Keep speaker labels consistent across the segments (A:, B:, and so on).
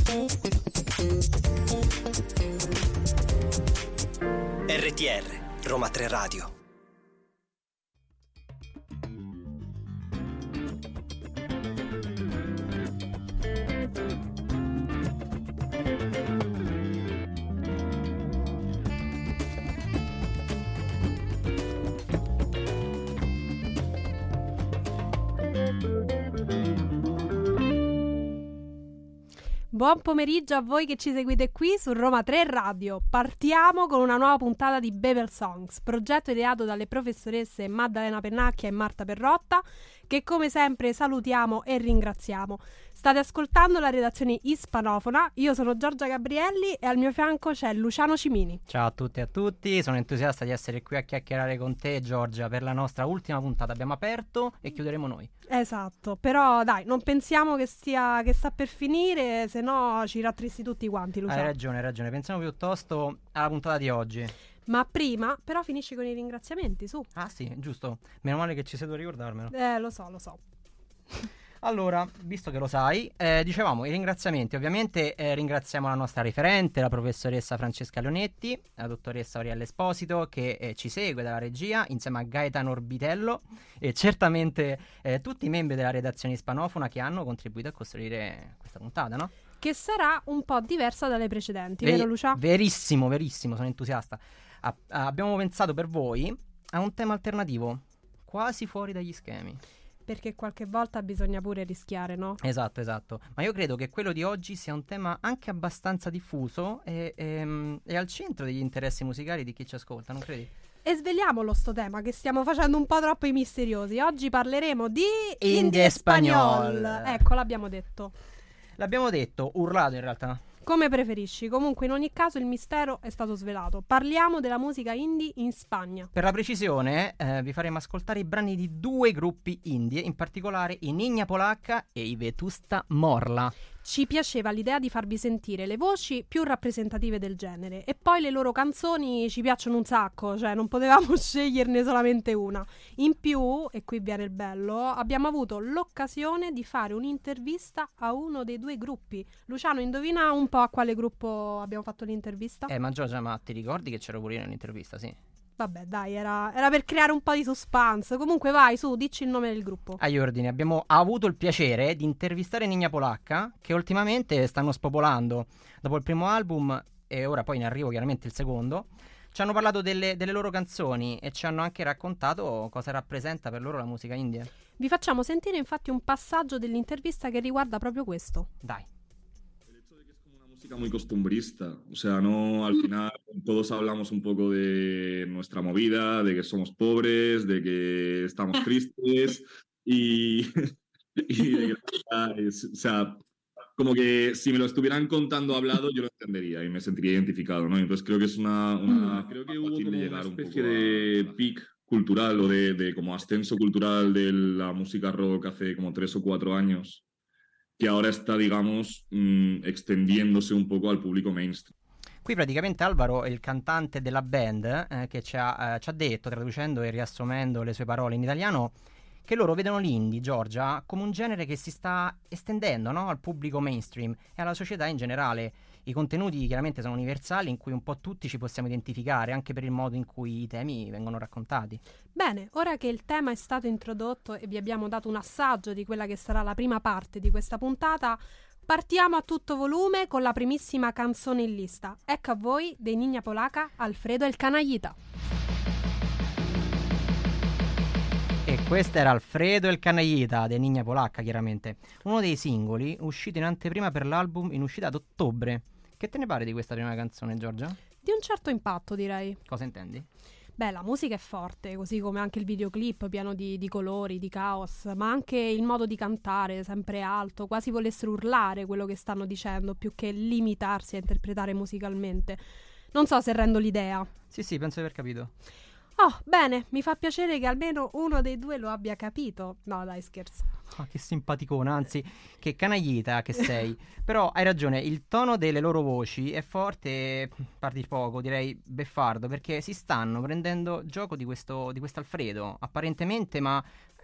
A: RTR, Roma 3 Radio.
B: Buon pomeriggio a voi che ci seguite qui su Roma 3 Radio. Partiamo con una nuova puntata di Babel Songs, progetto ideato dalle professoresse Maddalena Pennacchia e Marta Perrotta, che come sempre salutiamo e ringraziamo. State ascoltando la redazione ispanofona, io sono Giorgia Gabrielli e al mio fianco c'è Luciano Cimini.
C: Ciao a tutti e a tutti, sono entusiasta di essere qui a chiacchierare con te, Giorgia, per la nostra ultima puntata. Abbiamo aperto e chiuderemo noi.
B: Esatto, però dai, non pensiamo che sta per finire, se no ci rattristi tutti quanti, Luciano.
C: Hai ragione, pensiamo piuttosto alla puntata di oggi.
B: Ma prima, però finisci con i ringraziamenti, su.
C: Ah sì, giusto, meno male che ci sei tu a ricordarmelo.
B: Lo so.
C: Allora, visto che lo sai, dicevamo i ringraziamenti. Ovviamente ringraziamo la nostra referente, la professoressa Francesca Leonetti, la dottoressa Oriella Esposito che ci segue dalla regia insieme a Gaetano Orbitello e certamente tutti i membri della redazione ispanofona che hanno contribuito a costruire questa puntata, no?
B: Che sarà un po' diversa dalle precedenti, vero Lucia?
C: Verissimo, sono entusiasta. Abbiamo pensato per voi a un tema alternativo, quasi fuori dagli schemi.
B: Perché qualche volta bisogna pure rischiare, no?
C: Esatto. Ma io credo che quello di oggi sia un tema anche abbastanza diffuso e al centro degli interessi musicali di chi ci ascolta, non credi?
B: E sveliamolo sto tema che stiamo facendo un po' troppo i misteriosi. Oggi parleremo di
C: Indie Espagnol.
B: Ecco, l'abbiamo detto.
C: L'abbiamo detto, urlato in realtà.
B: Come preferisci, comunque in ogni caso il mistero è stato svelato. Parliamo della musica indie in Spagna.
C: Per la precisione vi faremo ascoltare i brani di due gruppi indie, in particolare i Niña Polacca e i Vetusta Morla.
B: Ci piaceva l'idea di farvi sentire le voci più rappresentative del genere e poi le loro canzoni ci piacciono un sacco, cioè non potevamo sceglierne solamente una. In più, e qui viene il bello, abbiamo avuto l'occasione di fare un'intervista a uno dei due gruppi. Luciano, indovina un po' a quale gruppo abbiamo fatto l'intervista?
C: Ma Giorgia, ma ti ricordi che c'ero pure io nell'intervista, sì?
B: Vabbè, dai, era per creare un po' di suspense. Comunque vai, su, dici il nome del gruppo.
C: Agli ordini, abbiamo avuto il piacere di intervistare Niña Polacca, che ultimamente stanno spopolando. Dopo il primo album, e ora poi in arrivo chiaramente il secondo, ci hanno parlato delle loro canzoni e ci hanno anche raccontato cosa rappresenta per loro la musica indie.
B: Vi facciamo sentire infatti un passaggio dell'intervista che riguarda proprio questo.
C: Dai.
D: Muy costumbrista, o sea, no, al final todos hablamos un poco de nuestra movida, de que somos pobres, de que estamos tristes y de que, o sea, como que si me lo estuvieran contando hablado yo lo entendería y me sentiría identificado, ¿no? Entonces creo que es creo que hubo como llegar una especie de peak cultural o de como ascenso cultural de la música rock hace como 3 o 4 años. Che ora sta, digamos, extendiéndose un poco al pubblico mainstream.
C: Qui praticamente Alvaro, il cantante della band, che ci ha detto, traducendo e riassumendo le sue parole in italiano, che loro vedono l'indie, Giorgia, come un genere che si sta estendendo, no? Al pubblico mainstream e alla società in generale. I contenuti chiaramente sono universali, in cui un po' tutti ci possiamo identificare, anche per il modo in cui i temi vengono raccontati.
B: Bene, ora che il tema è stato introdotto e vi abbiamo dato un assaggio di quella che sarà la prima parte di questa puntata, partiamo a tutto volume con la primissima canzone in lista. Ecco a voi dei Niña Polacca, Alfredo el Canallita.
C: E questo era Alfredo el Canallita dei Niña Polacca, chiaramente. Uno dei singoli uscito in anteprima per l'album in uscita ad ottobre. Che te ne pare di questa prima canzone, Giorgia?
B: Di un certo impatto, direi.
C: Cosa intendi?
B: Beh, la musica è forte, così come anche il videoclip pieno di colori, di caos, ma anche il modo di cantare, sempre alto, quasi volessero urlare quello che stanno dicendo, più che limitarsi a interpretare musicalmente. Non so se rendo l'idea.
C: Sì, penso di aver capito.
B: Oh, bene, mi fa piacere che almeno uno dei due lo abbia capito. No, dai, scherzo.
C: Oh, che simpaticona, anzi, che canaglieta che sei. Però hai ragione, il tono delle loro voci è forte e, per dir poco, direi beffardo, perché si stanno prendendo gioco di questo Alfredo, apparentemente, ma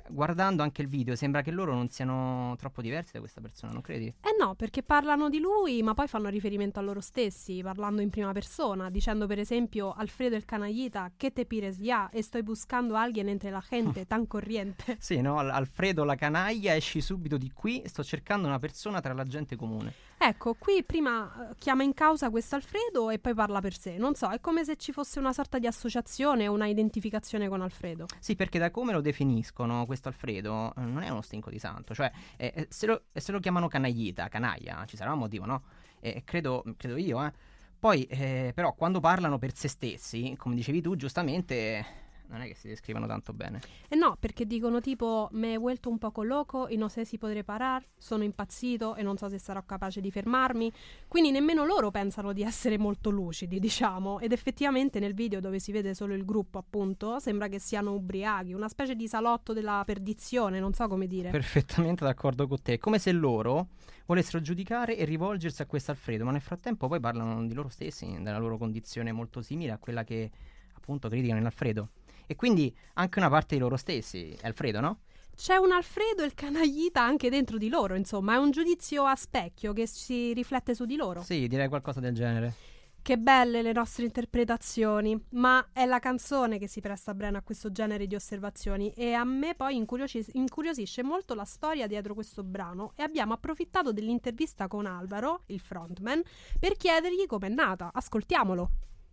C: guardando anche il video sembra che loro non siano troppo diversi da questa persona, non credi?
B: Eh no, perché parlano di lui, ma poi fanno riferimento a loro stessi, parlando in prima persona, dicendo per esempio Alfredo el canallita, che te pires ya, e sto buscando alguien entre la gente, tan corriente.
C: Sì, no? Alfredo la canaglia, esci subito di qui, sto cercando una persona tra la gente comune.
B: Ecco, qui prima chiama in causa questo Alfredo e poi parla per sé. Non so, è come se ci fosse una sorta di associazione, una identificazione con Alfredo.
C: Sì, perché da come lo definiscono questo Alfredo non è uno stinco di santo, cioè se lo chiamano canaglita, canaglia, ci sarà un motivo, no? Credo io, eh. Poi però quando parlano per se stessi, come dicevi tu giustamente, non è che si descrivono tanto bene.
B: E no, perché dicono tipo me he vuelto un poco loco y no sé si podré parar, sono impazzito e non so se sarò capace di fermarmi. Quindi nemmeno loro pensano di essere molto lucidi, diciamo. Ed effettivamente nel video dove si vede solo il gruppo, appunto, sembra che siano ubriachi, una specie di salotto della perdizione, non so come dire.
C: Perfettamente d'accordo con te, è come se loro volessero giudicare e rivolgersi a questo Alfredo, ma nel frattempo poi parlano di loro stessi, della loro condizione molto simile a quella che appunto criticano in Alfredo. E quindi anche una parte di loro stessi è Alfredo, no?
B: C'è un Alfredo il canaglita anche dentro di loro, insomma, è un giudizio a specchio che si riflette su di loro.
C: Sì, direi qualcosa del genere.
B: Che belle le nostre interpretazioni, ma è la canzone che si presta bene a questo genere di osservazioni e a me poi incuriosisce molto la storia dietro questo brano e abbiamo approfittato dell'intervista con Álvaro, il frontman, per chiedergli com'è nata. Ascoltiamolo.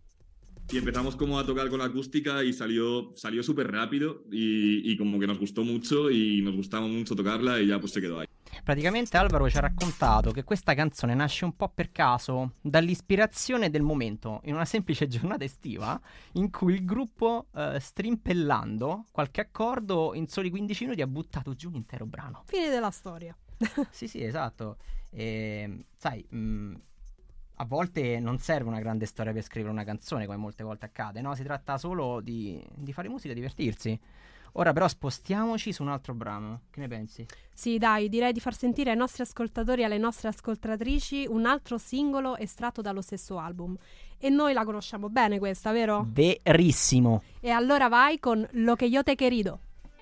D: Y empezamos como a tocar con la acústica y salió súper rápido y como que nos gustó mucho y nos gustaba mucho tocarla y ya pues se quedó ahí.
C: Praticamente Alvaro ci ha raccontato che questa canzone nasce un po' per caso dall'ispirazione del momento, in una semplice giornata estiva in cui il gruppo, strimpellando qualche accordo, in soli 15 minuti ha buttato giù un intero brano.
B: Fine della storia.
C: Sì, esatto. Sai, a volte non serve una grande storia per scrivere una canzone, come molte volte accade, no? Si tratta solo di fare musica e divertirsi. Ora però spostiamoci su un altro brano, che ne pensi?
B: Sì, dai, direi di far sentire ai nostri ascoltatori e alle nostre ascoltatrici un altro singolo estratto dallo stesso album. E noi la conosciamo bene questa, vero?
C: Verissimo!
B: E allora vai con Lo que yo te querido.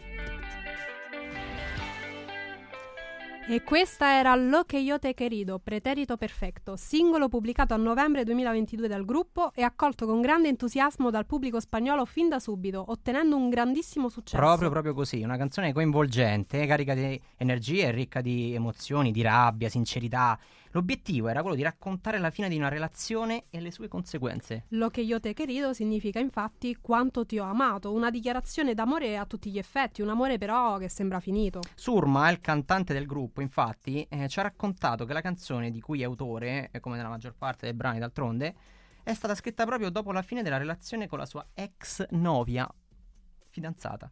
B: E questa era Lo que yo te querido, preterito perfetto, singolo pubblicato a novembre 2022 dal gruppo e accolto con grande entusiasmo dal pubblico spagnolo fin da subito, ottenendo un grandissimo successo.
C: Proprio così, una canzone coinvolgente, carica di energie, ricca di emozioni, di rabbia, sincerità. L'obiettivo era quello di raccontare la fine di una relazione e le sue conseguenze.
B: Lo que yo te querido significa infatti quanto ti ho amato, una dichiarazione d'amore a tutti gli effetti, un amore però che sembra finito.
C: Surma, il cantante del gruppo, infatti, ci ha raccontato che la canzone di cui è autore, come nella maggior parte dei brani d'altronde, è stata scritta proprio dopo la fine della relazione con la sua ex novia, fidanzata.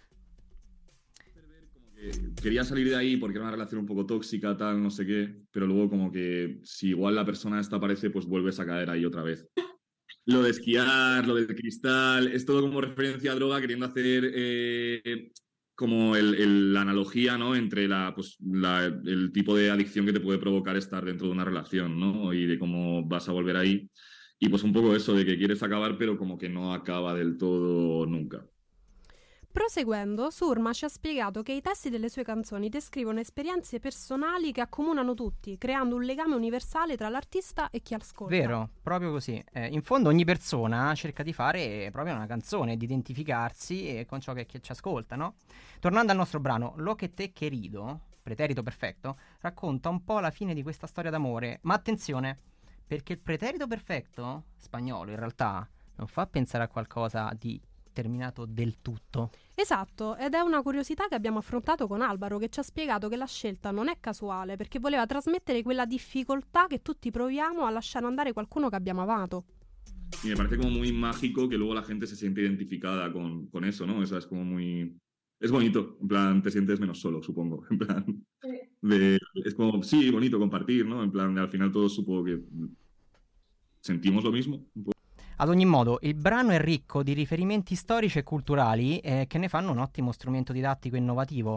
D: Quería salir de ahí porque era una relación un poco tóxica, tal, no sé qué, pero luego como que si igual la persona esta aparece, pues vuelves a caer ahí otra vez. Lo de esquiar, lo del cristal, es todo como referencia a droga, queriendo hacer como la analogía, ¿no? Entre el tipo de adicción que te puede provocar estar dentro de una relación, ¿no? Y de cómo vas a volver ahí. Y pues un poco eso, de que quieres acabar, pero como que no acaba del todo nunca.
B: Proseguendo, Surma ci ha spiegato che i testi delle sue canzoni descrivono esperienze personali che accomunano tutti, creando un legame universale tra l'artista e chi ascolta.
C: Vero, proprio così. In fondo ogni persona cerca di fare proprio una canzone, di identificarsi con ciò che ci ascolta, no? Tornando al nostro brano, Lo que te querido, preterito perfetto, racconta un po' la fine di questa storia d'amore. Ma attenzione, perché il preterito perfetto, spagnolo in realtà, non fa pensare a qualcosa di terminato del tutto.
B: Esatto, ed è una curiosità che abbiamo affrontato con Álvaro, che ci ha spiegato che la scelta non è casuale, perché voleva trasmettere quella difficoltà che tutti proviamo a lasciare andare qualcuno che abbiamo amato.
D: Y me parece como muy mágico que luego la gente se siente identificada con eso, ¿no? O sea, es como muy... Es bonito, en plan, te sientes menos solo, supongo, en plan... es como, sí, bonito compartir, ¿no? En plan, al final todos supongo que sentimos lo mismo, un po'.
C: Ad ogni modo, il brano è ricco di riferimenti storici e culturali che ne fanno un ottimo strumento didattico e innovativo.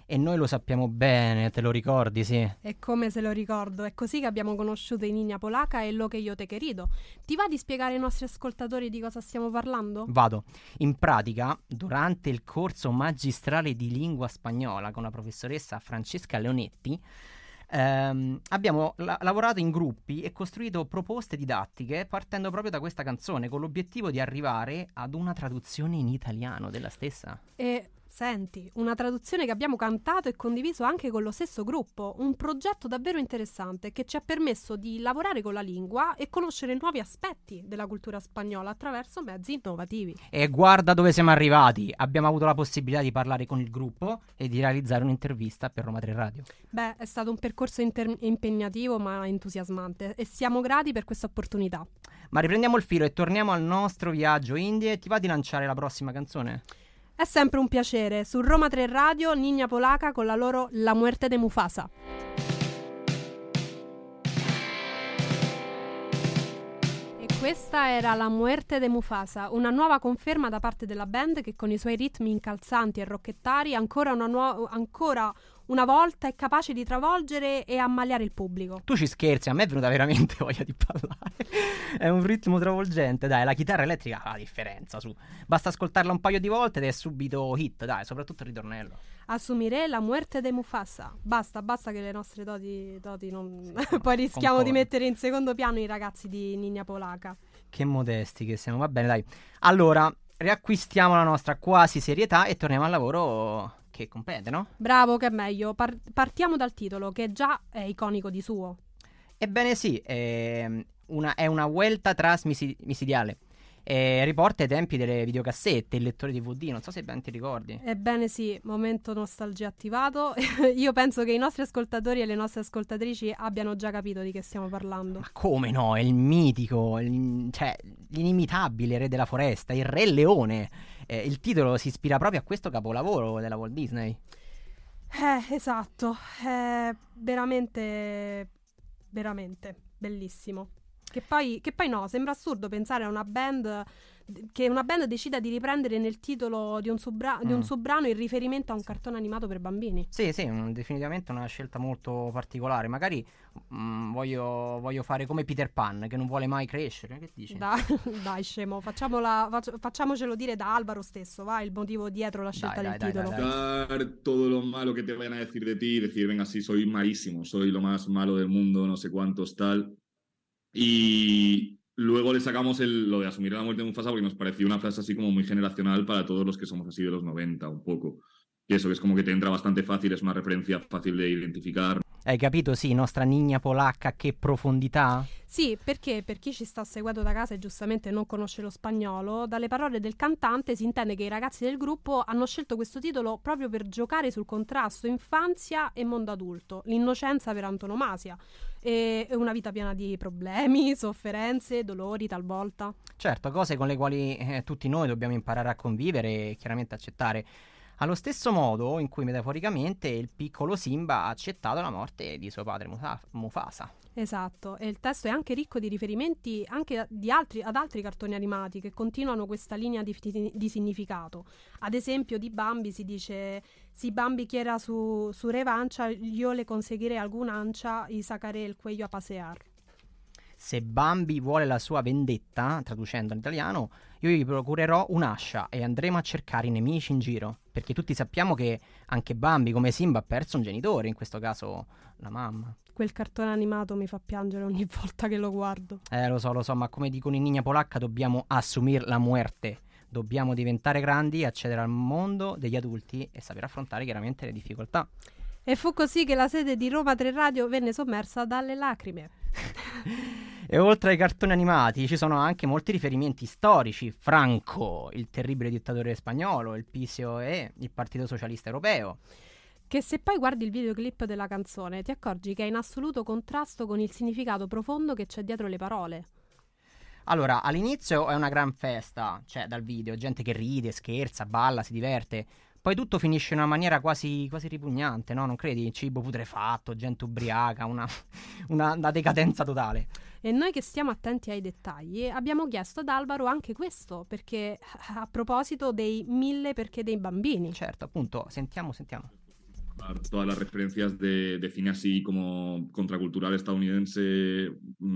C: E noi lo sappiamo bene, te lo ricordi, sì?
B: E come se lo ricordo, è così che abbiamo conosciuto i Ninja Polacca e Lo che io te querido. Ti va di spiegare ai nostri ascoltatori di cosa stiamo parlando?
C: Vado. In pratica, durante il corso magistrale di lingua spagnola con la professoressa Francesca Leonetti, abbiamo lavorato in gruppi e costruito proposte didattiche partendo proprio da questa canzone, con l'obiettivo di arrivare ad una traduzione in italiano della stessa.
B: E senti, una traduzione che abbiamo cantato e condiviso anche con lo stesso gruppo, un progetto davvero interessante che ci ha permesso di lavorare con la lingua e conoscere nuovi aspetti della cultura spagnola attraverso mezzi innovativi.
C: E guarda dove siamo arrivati, abbiamo avuto la possibilità di parlare con il gruppo e di realizzare un'intervista per Roma 3 Radio.
B: Beh, è stato un percorso impegnativo ma entusiasmante e siamo grati per questa opportunità.
C: Ma riprendiamo il filo e torniamo al nostro viaggio indie. Ti va di lanciare la prossima canzone?
B: È sempre un piacere. Su Roma 3 Radio, Ninja Polacca con la loro La muerte de Mufasa. E questa era La muerte de Mufasa, una nuova conferma da parte della band che con i suoi ritmi incalzanti e rocchettari ancora una volta è capace di travolgere e ammaliare il pubblico.
C: Tu ci scherzi, a me è venuta veramente voglia di ballare. È un ritmo travolgente, dai, la chitarra elettrica fa la differenza, su. Basta ascoltarla un paio di volte ed è subito hit, dai, soprattutto il ritornello.
B: Assumiré la muerte de Mufasa. Basta che le nostre doti non... Poi rischiamo
C: concordo.
B: di mettere in secondo piano i ragazzi di Ninja Polacca.
C: Che modesti che siamo, va bene, dai. Allora, riacquistiamo la nostra quasi serietà e torniamo al lavoro che compete, no?
B: Bravo, che è meglio. Partiamo dal titolo, che già è iconico di suo.
C: Ebbene sì, è una vuelta trasmisidiale. Riporta ai tempi delle videocassette, il lettore DVD, non so se ben ti ricordi.
B: Ebbene sì, momento nostalgia attivato. Io penso che i nostri ascoltatori e le nostre ascoltatrici abbiano già capito di che stiamo parlando.
C: Ma come no, è il mitico, cioè l'inimitabile Re della Foresta, il Re Leone. Il titolo si ispira proprio a questo capolavoro della Walt Disney.
B: Esatto, è veramente bellissimo. Che poi no, sembra assurdo pensare a una band che una band decida di riprendere nel titolo di un subbrano il riferimento a un cartone animato per bambini.
C: Sì, definitivamente una scelta molto particolare. Magari voglio fare come Peter Pan, che non vuole mai crescere. Che dici?
B: Dai, scemo, facciamocelo dire da Alvaro stesso, va, il motivo dietro la scelta del titolo.
D: Dar todo lo malo que te vayan a decir de ti y decir, venga, sí, soy malísimo, soy lo más malo del mundo, no sé cuántos, tal. Y luego le sacamos lo de asumir la muerte de Mufasa porque nos pareció una frase así como muy generacional para todos los que somos así de los 90, un poco. Y eso, que es como que te entra bastante fácil, es una referencia fácil de identificar.
C: Hai capito, sì, nostra Ninja Polacca, che profondità?
B: Sì, perché per chi ci sta seguendo da casa e giustamente non conosce lo spagnolo, dalle parole del cantante si intende che i ragazzi del gruppo hanno scelto questo titolo proprio per giocare sul contrasto infanzia e mondo adulto, l'innocenza per antonomasia e una vita piena di problemi, sofferenze, dolori talvolta.
C: Certo, cose con le quali tutti noi dobbiamo imparare a convivere e chiaramente accettare. Allo stesso modo in cui metaforicamente il piccolo Simba ha accettato la morte di suo padre Mufasa.
B: Esatto, e il testo è anche ricco di riferimenti anche ad altri cartoni animati che continuano questa linea di significato. Ad esempio di Bambi si dice: si Bambi quiera su revancha, io le conseguiré algún ancha y sacaré el cuello a pasear.
C: Se Bambi vuole la sua vendetta, traducendo in italiano, io gli procurerò un'ascia e andremo a cercare i nemici in giro. Perché tutti sappiamo che anche Bambi, come Simba, ha perso un genitore, in questo caso la mamma.
B: Quel cartone animato mi fa piangere ogni volta che lo guardo.
C: Lo so, ma come dicono in Ninja Polacca dobbiamo assumir la muerte. Dobbiamo diventare grandi, accedere al mondo degli adulti e saper affrontare chiaramente le difficoltà.
B: E fu così che la sede di Roma 3 Radio venne sommersa dalle lacrime.
C: E oltre ai cartoni animati ci sono anche molti riferimenti storici. Franco, il terribile dittatore spagnolo, il PSOE, il Partito Socialista Europeo.
B: Che se poi guardi il videoclip della canzone ti accorgi che è in assoluto contrasto con il significato profondo che c'è dietro le parole.
C: Allora, all'inizio è una gran festa, cioè dal video, gente che ride, scherza, balla, si diverte. Poi tutto finisce in una maniera quasi ripugnante, no? Non credi? Cibo putrefatto, gente ubriaca, una decadenza totale.
B: E noi che stiamo attenti ai dettagli abbiamo chiesto ad Alvaro anche questo, perché a proposito dei 1000 perché dei bambini.
C: Certo, appunto, sentiamo.
D: todas las referencias de cine así como contracultural estadounidense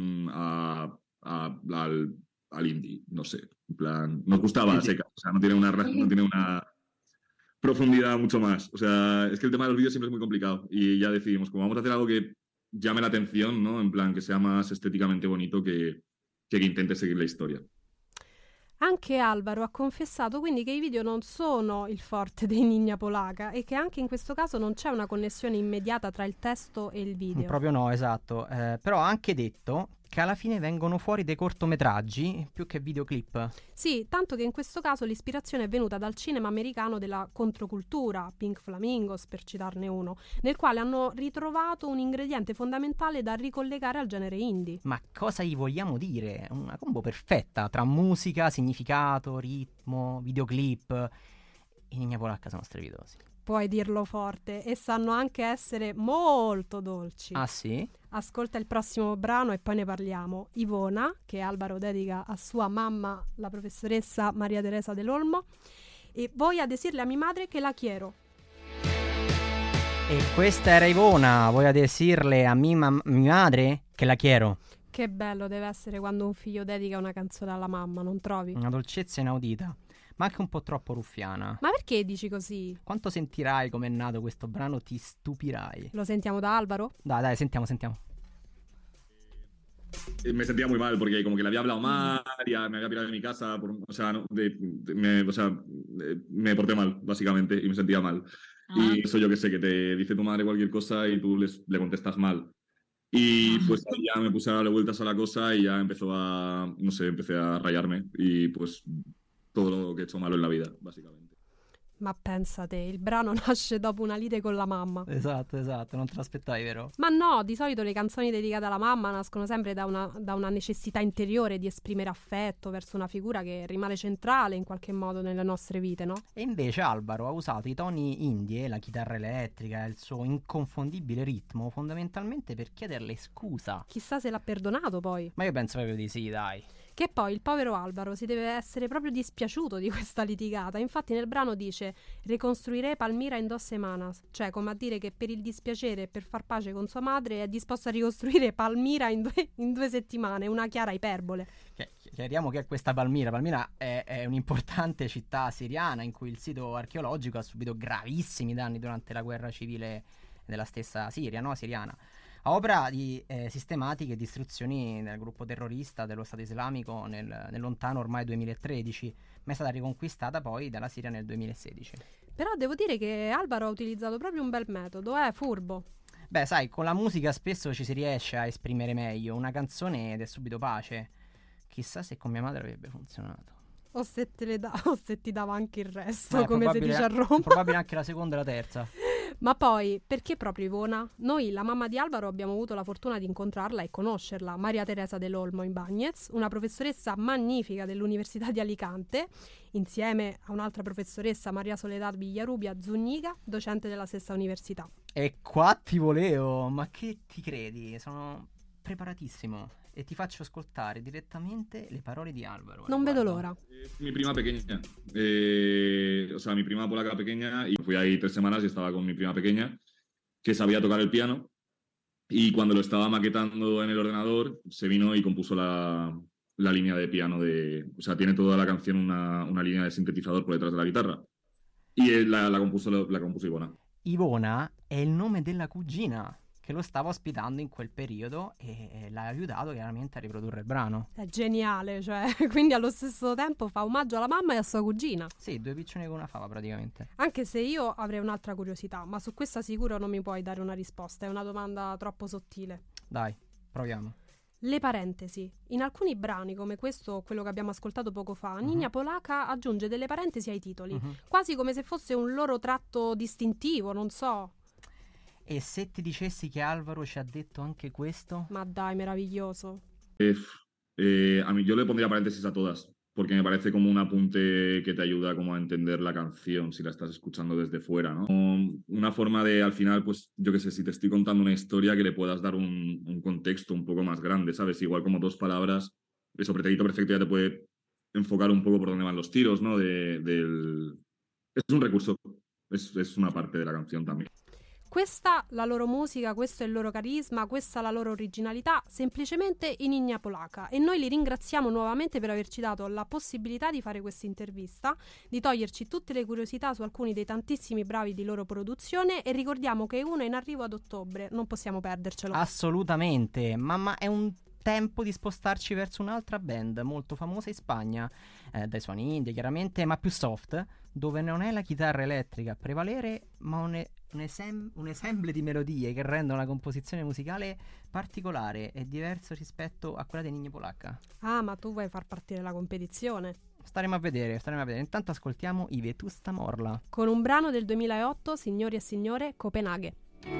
D: al indie, no sé, en plan, nos gustaba a secas, o sea, no tiene una profundidad mucho más, o sea, es que el tema de los vídeos siempre es muy complicado y ya decidimos, como vamos a hacer algo que llame la atención, ¿no? En plan, que sea más estéticamente bonito que intente seguir la historia.
B: Anche Alvaro ha confessato quindi che i video non sono il forte dei Ninja Polaka e che anche in questo caso non c'è una connessione immediata tra il testo e il video.
C: Proprio no, esatto. Però ha anche detto che alla fine vengono fuori dei cortometraggi più che videoclip.
B: Sì, tanto che in questo caso l'ispirazione è venuta dal cinema americano della controcultura, Pink Flamingos per citarne uno, nel quale hanno ritrovato un ingrediente fondamentale da ricollegare al genere indie.
C: Ma cosa gli vogliamo dire? Una combo perfetta tra musica, significato, ritmo, videoclip. I Ninja Polacca sono strepitosi.
B: Puoi dirlo forte, e sanno anche essere molto dolci.
C: Ah sì?
B: Ascolta il prossimo brano e poi ne parliamo. Ivona, che Alvaro dedica a sua mamma, la professoressa Maria Teresa dell'Olmo, e voy a decirle a mi madre che la quiero.
C: E questa era Ivona, voy a decirle a mi madre che la quiero.
B: Che bello deve essere quando un figlio dedica una canzone alla mamma, non trovi?
C: Una dolcezza inaudita, ma anche un po' troppo ruffiana.
B: Ma perché dici così?
C: Quanto sentirai com'è nato questo brano ti stupirai.
B: Lo sentiamo da Alvaro?
C: Dai, sentiamo.
D: Me sentía muy mal porque como que le había hablado mal, ya me había pirado de mi casa, o sea, me porté mal, básicamente, y me sentía mal. Y eso yo que sé, que te dice tu madre cualquier cosa y tú le contestas mal. Y pues ahí ya me puse a darle vueltas a la cosa y ya empecé a rayarme y pues todo lo que he hecho malo en la vida, básicamente.
B: Ma pensa te, il brano nasce dopo una lite con la mamma.
C: Esatto, non te l'aspettavi, vero?
B: Ma no, di solito le canzoni dedicate alla mamma nascono sempre da una necessità interiore di esprimere affetto verso una figura che rimane centrale in qualche modo nelle nostre vite, no?
C: E invece Alvaro ha usato i toni indie, la chitarra elettrica e il suo inconfondibile ritmo fondamentalmente per chiederle scusa.
B: Chissà se l'ha perdonato poi.
C: Ma io penso proprio di sì, dai.
B: Che poi il povero Alvaro si deve essere proprio dispiaciuto di questa litigata. Infatti nel brano dice "Reconstruiré Palmira in 2 semanas", cioè come a dire che per il dispiacere e per far pace con sua madre è disposto a ricostruire Palmira in 2 settimane, una chiara iperbole.
C: Chiariamo che è questa Palmira. Palmira è un'importante città siriana in cui il sito archeologico ha subito gravissimi danni durante la guerra civile della stessa Siria, no? Siriana. A opera di sistematiche distruzioni del gruppo terrorista dello Stato Islamico nel lontano ormai 2013, ma è stata riconquistata poi dalla Siria nel 2016.
B: Però devo dire che Alvaro ha utilizzato proprio un bel metodo, furbo.
C: Beh, sai, con la musica spesso ci si riesce a esprimere meglio. Una canzone ed è subito pace. Chissà se con mia madre avrebbe funzionato.
B: O se ti dava anche il resto, come si dice a Roma.
C: Probabile anche la seconda e la terza.
B: Ma poi, perché proprio Ivona? Noi, la mamma di Alvaro, abbiamo avuto la fortuna di incontrarla e conoscerla, Maria Teresa dell'Olmo in Bagnez, una professoressa magnifica dell'Università di Alicante, insieme a un'altra professoressa, Maria Soledad Villarubia Zuniga, docente della stessa università.
C: E qua ti volevo, ma che ti credi? Sono preparatissimo e ti faccio ascoltare direttamente le parole di Alvaro.
B: Non vedo l'ora.
D: Mi prima pequeña, o sea, mi prima polaca pequeña, y fui ahí 3 semanas y estaba con mi prima pequeña, que sabía tocar el piano, y cuando lo estaba maquetando en el ordenador, se vino y compuso la línea de piano o sea, tiene toda la canción una línea de sintetizador por detrás de la guitarra, y la compuso Ivona.
C: Ivona è il nome della cugina che lo stava ospitando in quel periodo e l'ha aiutato chiaramente a riprodurre il brano.
B: È geniale, cioè, quindi allo stesso tempo fa omaggio alla mamma e a sua cugina.
C: Sì, 2 piccioni con una fava praticamente.
B: Anche se io avrei un'altra curiosità, ma su questa sicuro non mi puoi dare una risposta, è una domanda troppo sottile.
C: Dai, proviamo.
B: Le parentesi. In alcuni brani, come questo, quello che abbiamo ascoltato poco fa, Ninja Polaka aggiunge delle parentesi ai titoli, quasi come se fosse un loro tratto distintivo, non so.
C: E se ti dicessi che Alvaro ci ha detto anche questo?
B: Ma dai, meraviglioso.
D: A mí yo le pondría paréntesis a todas, porque me parece como un apunte que te ayuda como a entender la canción si la estás escuchando desde fuera, ¿no? Una forma de, al final, pues yo qué sé, si te estoy contando una historia que le puedas dar un contexto un poco más grande, ¿sabes? Igual como 2 palabras, eso, pretérito perfecto ya te puede enfocar un poco por dónde van los tiros, ¿no? Es un recurso, es una parte de la canción también.
B: Questa la loro musica, questo è il loro carisma, questa la loro originalità, semplicemente in Ninja Polacca. E noi li ringraziamo nuovamente per averci dato la possibilità di fare questa intervista, di toglierci tutte le curiosità su alcuni dei tantissimi bravi di loro produzione, e ricordiamo che uno è in arrivo ad ottobre, non possiamo perdercelo.
C: Assolutamente, mamma, è un tempo di spostarci verso un'altra band molto famosa in Spagna, dai suoni indie chiaramente, ma più soft, dove non è la chitarra elettrica a prevalere, ma un ensemble di melodie che rendono la composizione musicale particolare e diverso rispetto a quella di Ninja Polacca.
B: Ah, ma tu vuoi far partire la competizione?
C: Staremo a vedere. Intanto ascoltiamo i Vetusta Morla
B: con un brano del 2008, signori e signore, Copenaghen.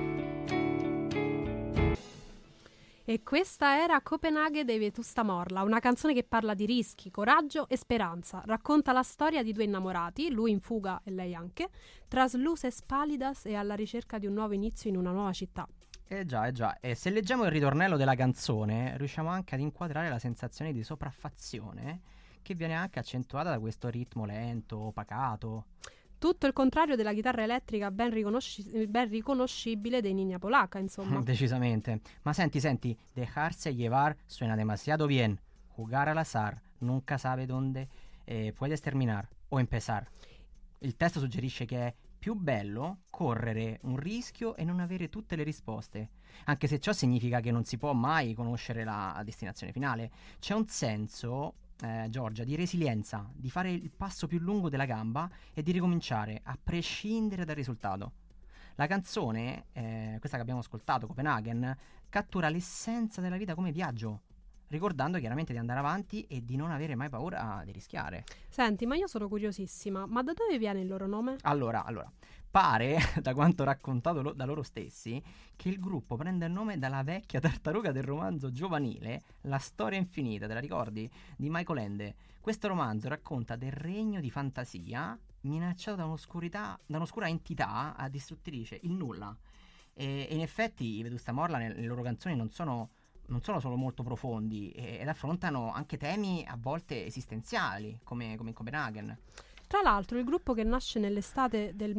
B: E questa era Copenaghen dei Vetusta Morla, una canzone che parla di rischi, coraggio e speranza. Racconta la storia di due innamorati, lui in fuga e lei anche, trasluces palidas e alla ricerca di un nuovo inizio in una nuova città.
C: Già. E se leggiamo il ritornello della canzone, riusciamo anche ad inquadrare la sensazione di sopraffazione che viene anche accentuata da questo ritmo lento, pacato.
B: Tutto il contrario della chitarra elettrica ben riconoscibile dei Ninja Polacca, insomma.
C: Decisamente. Ma senti, dejarse llevar suena demasiado bien. Jugar al azar, nunca sabe dónde puedes terminar o empezar. Il testo suggerisce che è più bello correre un rischio e non avere tutte le risposte, anche se ciò significa che non si può mai conoscere la destinazione finale. C'è un senso, Giorgia, di resilienza, di fare il passo più lungo della gamba e di ricominciare a prescindere dal risultato. La canzone, questa che abbiamo ascoltato, Copenaghen, cattura l'essenza della vita come viaggio, ricordando chiaramente di andare avanti e di non avere mai paura di rischiare.
B: Senti, ma io sono curiosissima, ma da dove viene il loro nome?
C: Allora, pare, da quanto raccontato da loro stessi, che il gruppo prende il nome dalla vecchia tartaruga del romanzo giovanile La storia infinita, te la ricordi? Di Michael Ende. Questo romanzo racconta del regno di fantasia minacciato da un'oscura entità distruttrice, il nulla. E in effetti i Vetusta Morla nelle loro canzoni non sono solo molto profondi ed affrontano anche temi a volte esistenziali, come in Copenaghen.
B: Tra l'altro il gruppo, che nasce nell'estate del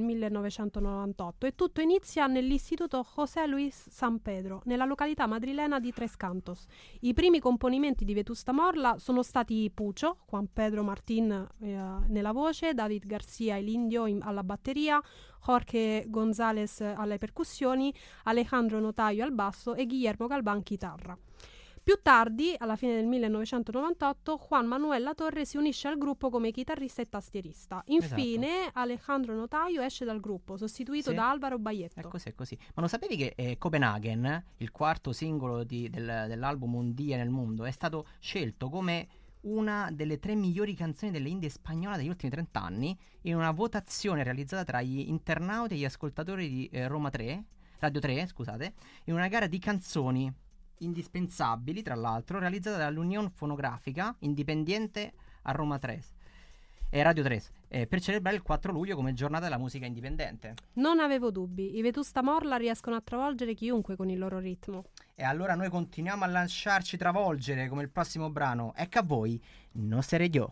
B: 1998, e tutto inizia nell'istituto José Luis San Pedro, nella località madrilena di Tres Cantos. I primi componimenti di Vetusta Morla sono stati Pucho, Juan Pedro Martín nella voce, David García el Indio alla batteria, Jorge González alle percussioni, Alejandro Notaio al basso e Guillermo Galván chitarra. Più tardi, alla fine del 1998, Juan Manuel Latorre si unisce al gruppo come chitarrista e tastierista. Infine, esatto, Alejandro Notaio esce dal gruppo, sostituito da Álvaro Baglietto.
C: È così. Ma lo sapevi che Copenaghen, il quarto singolo dell'album Un Día nel Mondo, è stato scelto come una delle 3 migliori canzoni delle indie spagnola degli ultimi 30 anni in una votazione realizzata tra gli internauti e gli ascoltatori di Radio 3, in una gara di canzoni indispensabili, tra l'altro, realizzata dall'Unión Fonografica Independiente a Roma 3 e Radio 3 per celebrare il 4 luglio come giornata della musica indipendente.
B: Non avevo dubbi, i Vetusta Morla riescono a travolgere chiunque con il loro ritmo.
C: E allora noi continuiamo a lasciarci travolgere come il prossimo brano. Ecco a voi, No Seré Yo.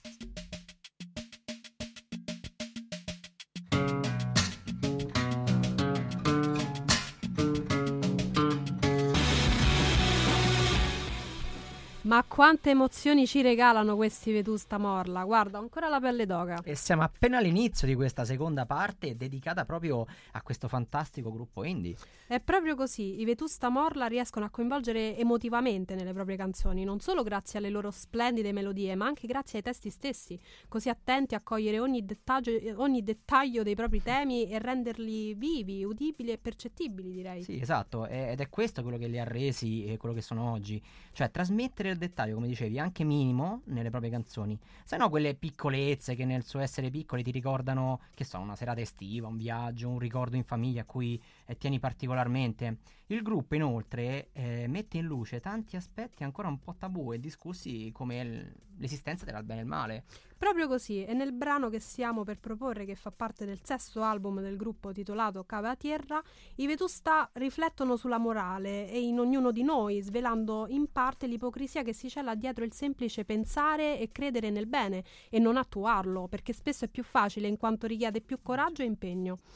B: Ma quante emozioni ci regalano questi Vetusta Morla, guarda, ancora la pelle d'oca.
C: E siamo appena all'inizio di questa seconda parte dedicata proprio a questo fantastico gruppo indie.
B: È proprio così, i Vetusta Morla riescono a coinvolgere emotivamente nelle proprie canzoni, non solo grazie alle loro splendide melodie, ma anche grazie ai testi stessi, così attenti a cogliere ogni dettaglio dei propri temi e renderli vivi, udibili e percettibili, direi.
C: Sì, esatto, ed è questo quello che li ha resi quello che sono oggi, cioè trasmettere il dettaglio, come dicevi, anche minimo nelle proprie canzoni, se no quelle piccolezze che nel suo essere piccoli ti ricordano, che sono una serata estiva, un viaggio, un ricordo in famiglia a cui tieni particolarmente. Il gruppo inoltre mette in luce tanti aspetti ancora un po' tabù e discussi, come l'esistenza del bene e il male.
B: Proprio così, e nel brano che stiamo per proporre, che fa parte del 6º album del gruppo titolato Cave a Tierra, i Vetusta riflettono sulla morale e in ognuno di noi, svelando in parte l'ipocrisia che si cela dietro il semplice pensare e credere nel bene e non attuarlo, perché spesso è più facile in quanto richiede più coraggio e impegno.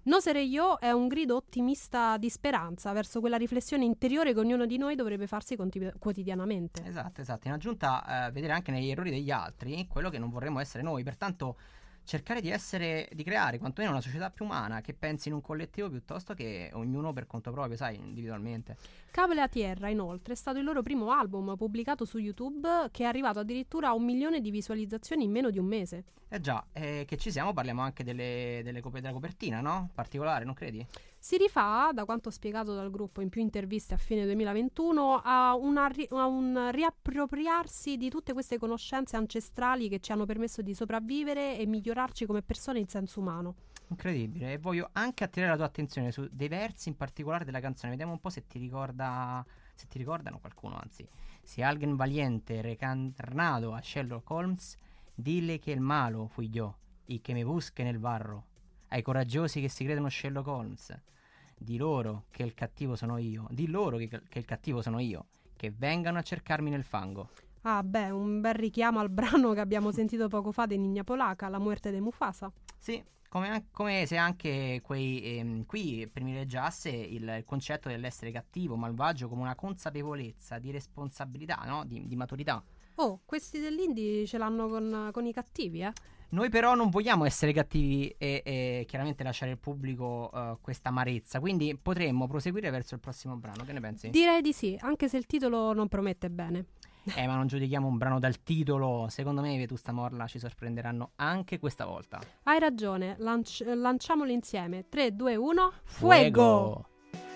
B: No Sere Io è un grido ottimista di speranza verso quella riflessione interiore che ognuno di noi dovrebbe farsi quotidianamente.
C: Esatto. In aggiunta, vedere anche negli errori degli altri quello che non vorremmo essere noi. Pertanto cercare di creare quantomeno una società più umana, che pensi in un collettivo piuttosto che ognuno per conto proprio, sai, individualmente.
B: Cable a Tierra, inoltre, è stato il loro primo album pubblicato su YouTube, che è arrivato addirittura a 1 milione di visualizzazioni in meno di un mese.
C: Già, che ci siamo, parliamo anche della copertina, no? Particolare, non credi?
B: Si rifà, da quanto spiegato dal gruppo in più interviste a fine 2021, a un riappropriarsi di tutte queste conoscenze ancestrali che ci hanno permesso di sopravvivere e migliorarci come persone in senso umano.
C: Incredibile. E voglio anche attirare la tua attenzione su dei versi in particolare della canzone. Vediamo un po' se ti ricordano qualcuno, anzi. Si alguien valiente reencarnado a Sherlock Holmes, dille che il malo fui yo y que me busque nel barro. Ai coraggiosi che si credono Sherlock Holmes, di loro che il cattivo sono io, di loro che il cattivo sono io, che vengano a cercarmi nel fango.
B: Ah beh, un bel richiamo al brano che abbiamo sentito poco fa di Ninja Polacca, La muerte de Mufasa.
C: Sì, come se anche qui privilegiasse il concetto dell'essere cattivo, malvagio, come una consapevolezza di responsabilità, no? Di maturità.
B: Oh, questi dell'indie ce l'hanno con i cattivi, eh?
C: Noi però non vogliamo essere cattivi e chiaramente lasciare al pubblico questa amarezza, quindi potremmo proseguire verso il prossimo brano, che ne pensi?
B: Direi di sì, anche se il titolo non promette bene.
C: Ma non giudichiamo un brano dal titolo, secondo me i Vetusta Morla ci sorprenderanno anche questa volta.
B: Hai ragione, lanciamolo insieme. 3, 2, 1, fuego!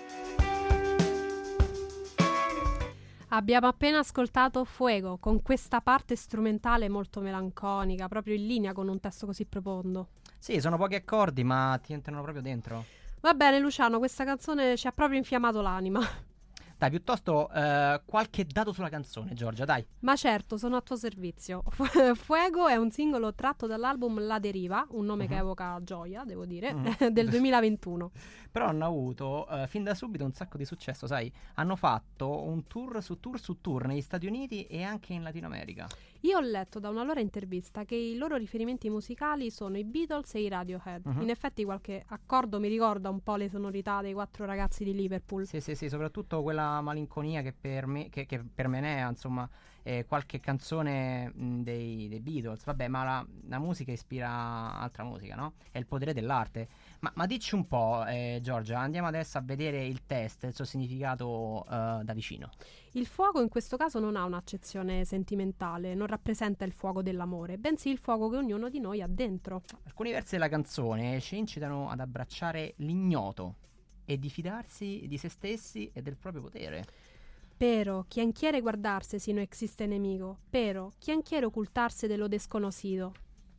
B: Abbiamo appena ascoltato Fuego, con questa parte strumentale molto melanconica, proprio in linea con un testo così profondo.
C: Sì, sono pochi accordi, ma ti entrano proprio dentro.
B: Va bene Luciano, questa canzone ci ha proprio infiammato l'anima.
C: Dai, piuttosto qualche dato sulla canzone, Giorgia, dai.
B: Ma certo, sono a tuo servizio. Fuego è un singolo tratto dall'album La Deriva, un nome che evoca gioia, devo dire, del 2021.
C: Però hanno avuto fin da subito un sacco di successo, sai. Hanno fatto un tour su tour negli Stati Uniti e anche in Latino America.
B: Io ho letto da una loro intervista che i loro riferimenti musicali sono i Beatles e i Radiohead. In effetti qualche accordo mi ricorda un po' le sonorità dei 4 ragazzi di Liverpool.
C: Sì, soprattutto quella malinconia che per me ne è, insomma, qualche canzone dei Beatles. Vabbè, ma la musica ispira altra musica, no? È il potere dell'arte. Ma dici un po', Giorgia, andiamo adesso a vedere il testo e il suo significato da vicino.
B: Il fuoco in questo caso non ha un'accezione sentimentale, non rappresenta il fuoco dell'amore, bensì il fuoco che ognuno di noi ha dentro.
C: Alcuni versi della canzone ci incitano ad abbracciare l'ignoto e di fidarsi di se stessi e del proprio potere.
B: Pero, quien quiere guardarse si no existe nemico, pero, quien quiere ocultarse de lo desconocido.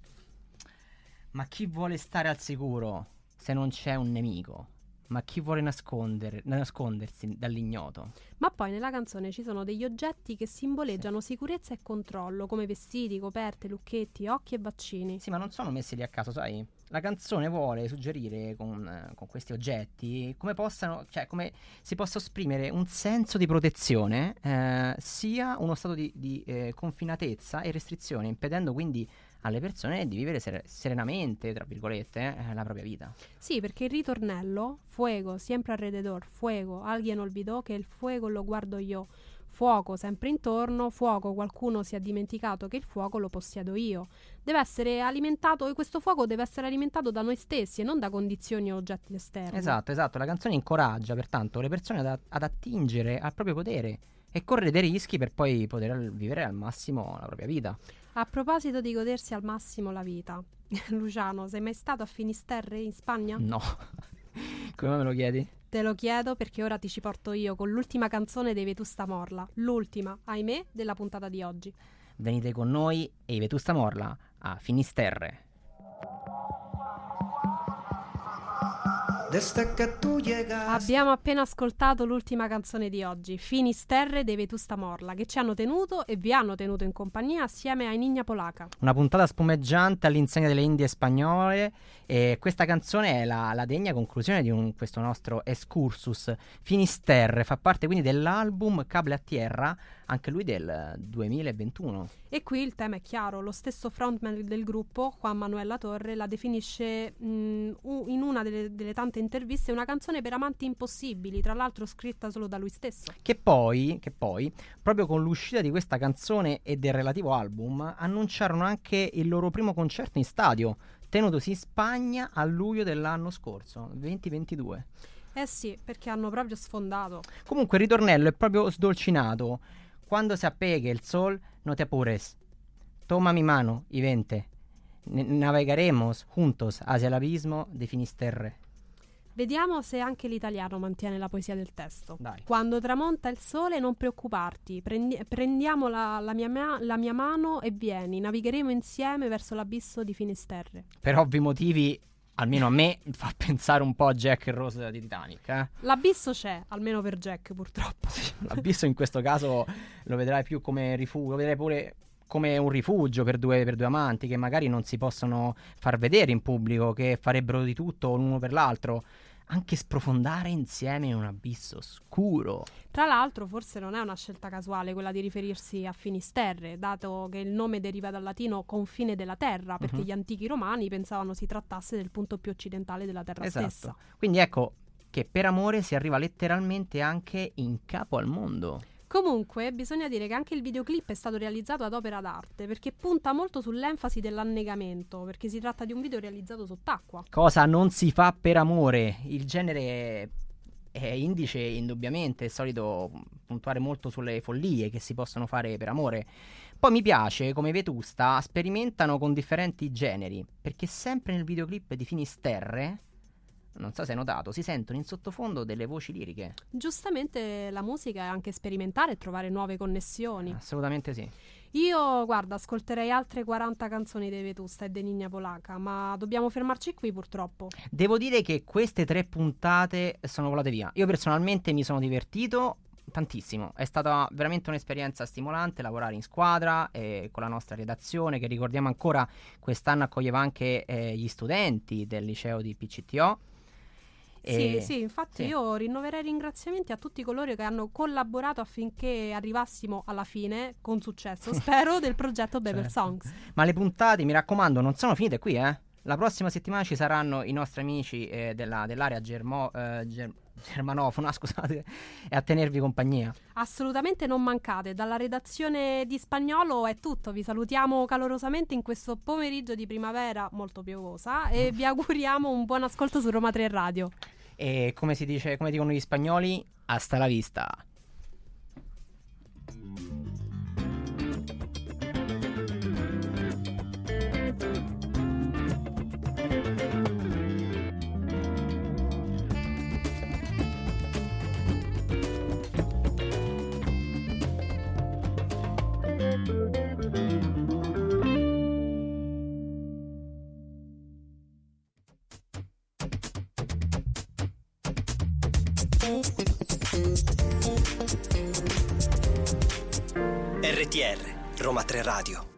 C: Ma chi vuole stare al sicuro se non c'è un nemico? Ma chi vuole nascondersi dall'ignoto?
B: Ma poi nella canzone ci sono degli oggetti che simboleggiano sicurezza e controllo, come vestiti, coperte, lucchetti, occhi e vaccini.
C: Sì, ma non sono messi lì a caso, sai? La canzone vuole suggerire con questi oggetti come si possa esprimere un senso di protezione, sia uno stato di confinatezza e restrizione, impedendo quindi alle persone di vivere serenamente, tra virgolette, la propria vita.
B: Sí, perché il ritornello, fuego, siempre alrededor, fuego, alguien olvidó che il fuego lo guardo io. Fuoco sempre intorno, fuoco qualcuno si è dimenticato che il fuoco lo possiedo io. Deve essere alimentato, e questo fuoco deve essere alimentato da noi stessi e non da condizioni o oggetti esterni.
C: Esatto, la canzone incoraggia pertanto le persone ad attingere al proprio potere e correre dei rischi per poi poter vivere al massimo la propria vita.
B: A proposito di godersi al massimo la vita, Luciano, sei mai stato a Finisterre in Spagna?
C: No. Come me lo chiedi?
B: Te lo chiedo perché ora ti ci porto io con l'ultima canzone dei Vetusta Morla, l'ultima, ahimè, della puntata di oggi.
C: Venite con noi e i Vetusta Morla a Finisterre.
A: desde que tú llegas.
B: Abbiamo appena ascoltato l'ultima canzone di oggi, Finisterre dei Vetusta Morla, che ci hanno tenuto e vi hanno tenuto in compagnia assieme a Nigna Polaka.
C: Una puntata spumeggiante all'insegna delle Indie spagnole, e questa canzone è la degna conclusione di questo nostro excursus. Finisterre fa parte quindi dell'album Cable a Tierra, anche lui del 2021.
B: E qui il tema è chiaro, lo stesso frontman del gruppo, Juan Manuel Latorre, la definisce in una delle tante interviste una canzone per amanti impossibili, tra l'altro scritta solo da lui stesso.
C: Che poi, proprio con l'uscita di questa canzone e del relativo album, annunciarono anche il loro primo concerto in stadio, tenutosi in Spagna a luglio dell'anno scorso, 2022.
B: Eh sì, perché hanno proprio sfondato.
C: Comunque il ritornello è proprio sdolcinato. Cuando se apegue el sol, no te apures. Toma mi mano y vente. Navegaremos juntos hacia el abismo de Finisterre.
B: Vediamo se anche l'italiano mantiene la poesia del testo.
C: Dai.
B: Quando tramonta il sole non preoccuparti, prendiamo la mia mano e vieni, navigheremo insieme verso l'abisso di Finisterre.
C: Per ovvi motivi, almeno a me, fa pensare un po' a Jack e Rose di Titanic.
B: L'abisso c'è, almeno per Jack purtroppo.
C: L'abisso in questo caso lo vedrai più come rifugio, lo vedrai pure come un rifugio per due amanti che magari non si possono far vedere in pubblico, che farebbero di tutto l'uno per l'altro, anche sprofondare insieme in un abisso scuro.
B: Tra l'altro forse non è una scelta casuale quella di riferirsi a Finisterre, dato che il nome deriva dal latino confine della terra, perché gli antichi romani pensavano si trattasse del punto più occidentale della terra stessa.
C: Quindi ecco che per amore si arriva letteralmente anche in capo al mondo.
B: Comunque bisogna dire che anche il videoclip è stato realizzato ad opera d'arte, perché punta molto sull'enfasi dell'annegamento, perché si tratta di un video realizzato sott'acqua.
C: Cosa non si fa per amore? Il genere è indice indubbiamente, è solito puntuare molto sulle follie che si possono fare per amore. Poi mi piace come i Vetusta sperimentano con differenti generi, perché sempre nel videoclip di Finisterre, non so se hai notato, si sentono in sottofondo delle voci liriche.
B: Giustamente la musica è anche sperimentare e trovare nuove connessioni.
C: Assolutamente sì.
B: Io, guarda, ascolterei altre 40 canzoni dei Vetusta e di Nigna Polaka, ma dobbiamo fermarci qui purtroppo.
C: Devo dire che queste 3 puntate sono volate via. Io personalmente mi sono divertito tantissimo, è stata veramente un'esperienza stimolante lavorare in squadra con la nostra redazione, che ricordiamo ancora quest'anno accoglieva anche gli studenti del liceo di PCTO.
B: Sì, infatti io rinnoverei ringraziamenti a tutti coloro che hanno collaborato affinché arrivassimo alla fine, con successo, spero, del progetto Bevel Songs.
C: Ma le puntate, mi raccomando, non sono finite qui, La prossima settimana ci saranno i nostri amici dell'area germanofona, scusate, e a tenervi compagnia.
B: Assolutamente non mancate. Dalla redazione di Spagnolo è tutto. Vi salutiamo calorosamente in questo pomeriggio di primavera molto piovosa e vi auguriamo un buon ascolto su Roma 3 Radio.
C: E come dicono gli spagnoli, hasta la vista.
A: RTR, Roma 3 Radio.